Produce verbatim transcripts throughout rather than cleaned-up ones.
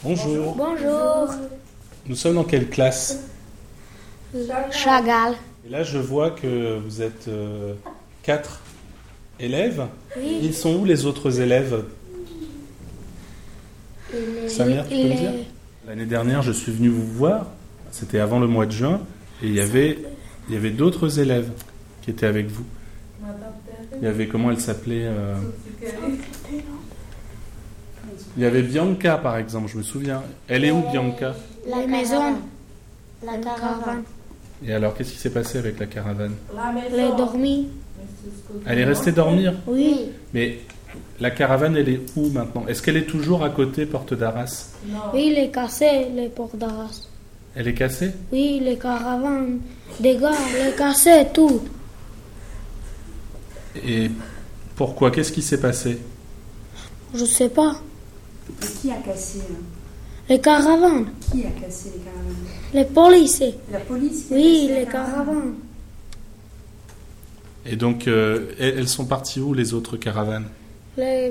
Bonjour. Bonjour. Nous sommes dans quelle classe? Chagall. Et là, je vois que vous êtes euh, quatre élèves. Oui. Ils sont où les autres élèves? Samir, tu peux me dire? L'année dernière, je suis venu vous voir. C'était avant le mois de juin. Et il y avait, il y avait d'autres élèves qui étaient avec vous. Il y avait, comment elle s'appelait euh... Il y avait Bianca, par exemple, je me souviens. Elle est où, Bianca? La maison. La caravane. Et alors, qu'est-ce qui s'est passé avec la caravane? Elle est dormie. Elle est restée dormir? Oui. Mais la caravane, elle est où maintenant? Est-ce qu'elle est toujours à côté, Porte d'Arras? Oui, il est cassé, les portes d'Arras. Elle est cassée? Oui, les caravanes, des gars, les cassés, tout. Et pourquoi? Qu'est-ce qui s'est passé? Je sais pas. Et qui a cassé hein Les caravanes. Qui a cassé les caravanes? Les policiers. La police qui a Oui, cassé les la caravanes. Et donc, euh, elles sont parties où, les autres caravanes? Les...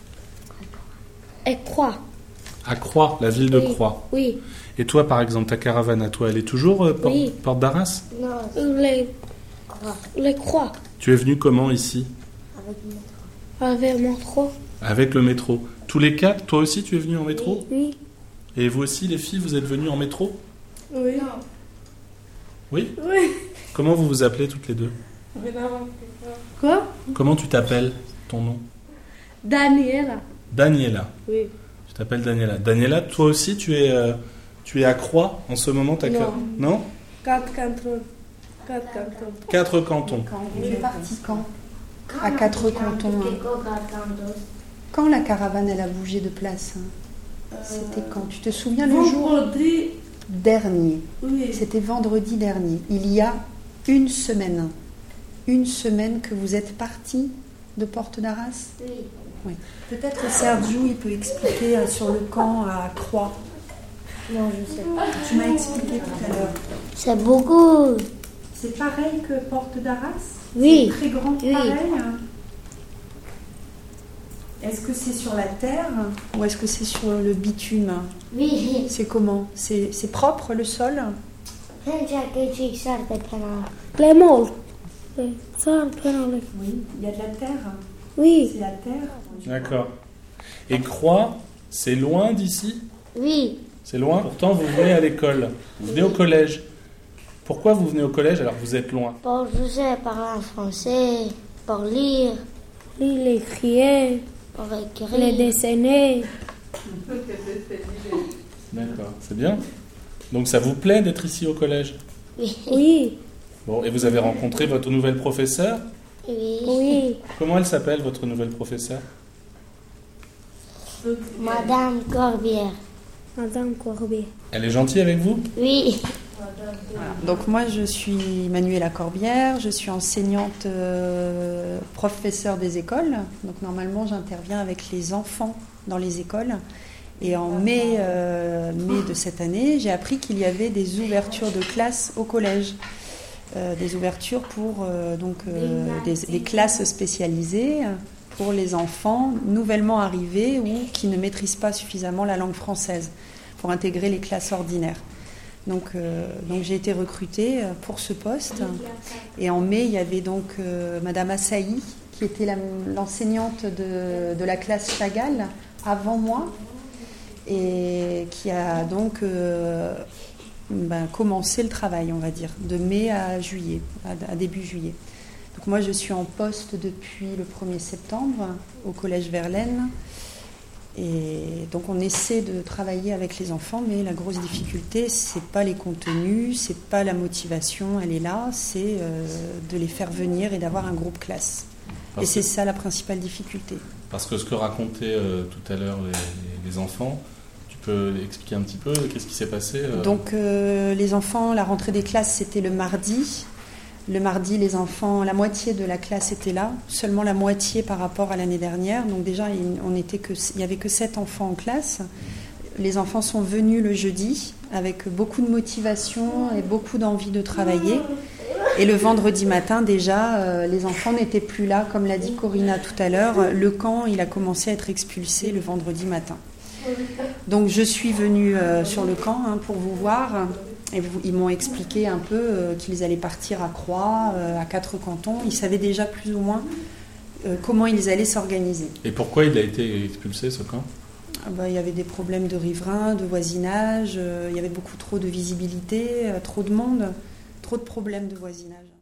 Et Croix. À Croix, la ville de Oui. Croix. Oui. Et toi, par exemple, ta caravane à toi, elle est toujours euh, por- Oui. Porte d'Arras? Non. Les... Les Croix. Tu es venu comment ici? Avec mon trop. Avec le métro. Tous les quatre, toi aussi, tu es venu en métro? Oui. Et vous aussi, les filles, vous êtes venues en métro? Oui. Oui? Oui. Comment vous vous appelez toutes les deux? Quoi? Comment tu t'appelles, ton nom? Daniela. Daniela. Oui. Tu t'appelles Daniela. Daniela, toi aussi, tu es, euh, tu es à Croix en ce moment? T'as Non. que- Non? Quatre cantons. Quatre cantons. Quatre cantons. Quand vous êtes parti quand? À quatre cantons. hein. Quand la caravane elle a bougé de place hein C'était quand? Tu te souviens le jour Vendredi. dernier? Oui. C'était vendredi dernier. Il y a une semaine. Une semaine que vous êtes parti de Porte d'Arras? Oui. Peut-être que Sergio il peut expliquer euh, sur le camp à Croix. Non, je sais pas. Tu m'as expliqué tout à l'heure. C'est beaucoup. C'est pareil que Porte d'Arras? Oui. C'est très grand Oui. pareil hein Est-ce que c'est sur la terre ou est-ce que c'est sur le bitume? Oui. C'est comment? C'est c'est propre le sol? Les molles. Les salles, les- Oui. Il y a de la terre? Oui. C'est la terre? D'accord. Et Croix, c'est loin d'ici? Oui. C'est loin? Pourtant, vous venez à l'école. Vous venez au collège. Pourquoi vous venez au collège alors que vous êtes loin? Pour je sais parler français, pour lire. Lire, écrire. Pour écrire. Les dessiner. D'accord, c'est bien. Donc ça vous plaît d'être ici au collège? Oui. Oui. Bon, et vous avez rencontré votre nouvelle professeure? Oui. Oui. Comment elle s'appelle, votre nouvelle professeure? Madame Corbière. Madame Corbière. Elle est gentille avec vous? Oui. Donc moi je suis Manuela Corbière, je suis enseignante euh, professeure des écoles. Donc normalement j'interviens avec les enfants dans les écoles. Et en mai, euh, mai de cette année, j'ai appris qu'il y avait des ouvertures de classes au collège. Euh, des ouvertures pour euh, donc, euh, des, des classes spécialisées pour les enfants nouvellement arrivés ou qui ne maîtrisent pas suffisamment la langue française pour intégrer les classes ordinaires. Donc, euh, donc j'ai été recrutée pour ce poste. Et en mai, il y avait donc euh, Madame Assaï, qui était la, l'enseignante de, de la classe Chagall avant moi, et qui a donc euh, ben, commencé le travail, on va dire, de mai à juillet, à, à début juillet. Donc moi, je suis en poste depuis le premier septembre au Collège Verlaine. Et donc on essaie de travailler avec les enfants, mais la grosse difficulté, c'est pas les contenus, c'est pas la motivation, elle est là, c'est euh, de les faire venir et d'avoir un groupe classe. Parce et c'est que, ça la principale difficulté. Parce que ce que racontaient euh, tout à l'heure les, les enfants, tu peux expliquer un petit peu qu'est-ce qui s'est passé euh... Donc euh, les enfants, la rentrée des classes, c'était le mardi. Le mardi, les enfants, la moitié de la classe était là, seulement la moitié par rapport à l'année dernière. Donc déjà, on était que, il n'y avait que sept enfants en classe. Les enfants sont venus le jeudi avec beaucoup de motivation et beaucoup d'envie de travailler. Et le vendredi matin, déjà, euh, les enfants n'étaient plus là. Comme l'a dit Corinna tout à l'heure, le camp, il a commencé à être expulsé le vendredi matin. Donc je suis venue euh, sur le camp hein, pour vous voir. Et vous, ils m'ont expliqué un peu euh, qu'ils allaient partir à Croix, euh, à quatre cantons. Ils savaient déjà plus ou moins euh, comment ils allaient s'organiser. Et pourquoi il a été expulsé, ce camp ? Ah bah, il y avait des problèmes de riverains, de voisinage, euh, il y avait beaucoup trop de visibilité, euh, trop de monde, trop de problèmes de voisinage.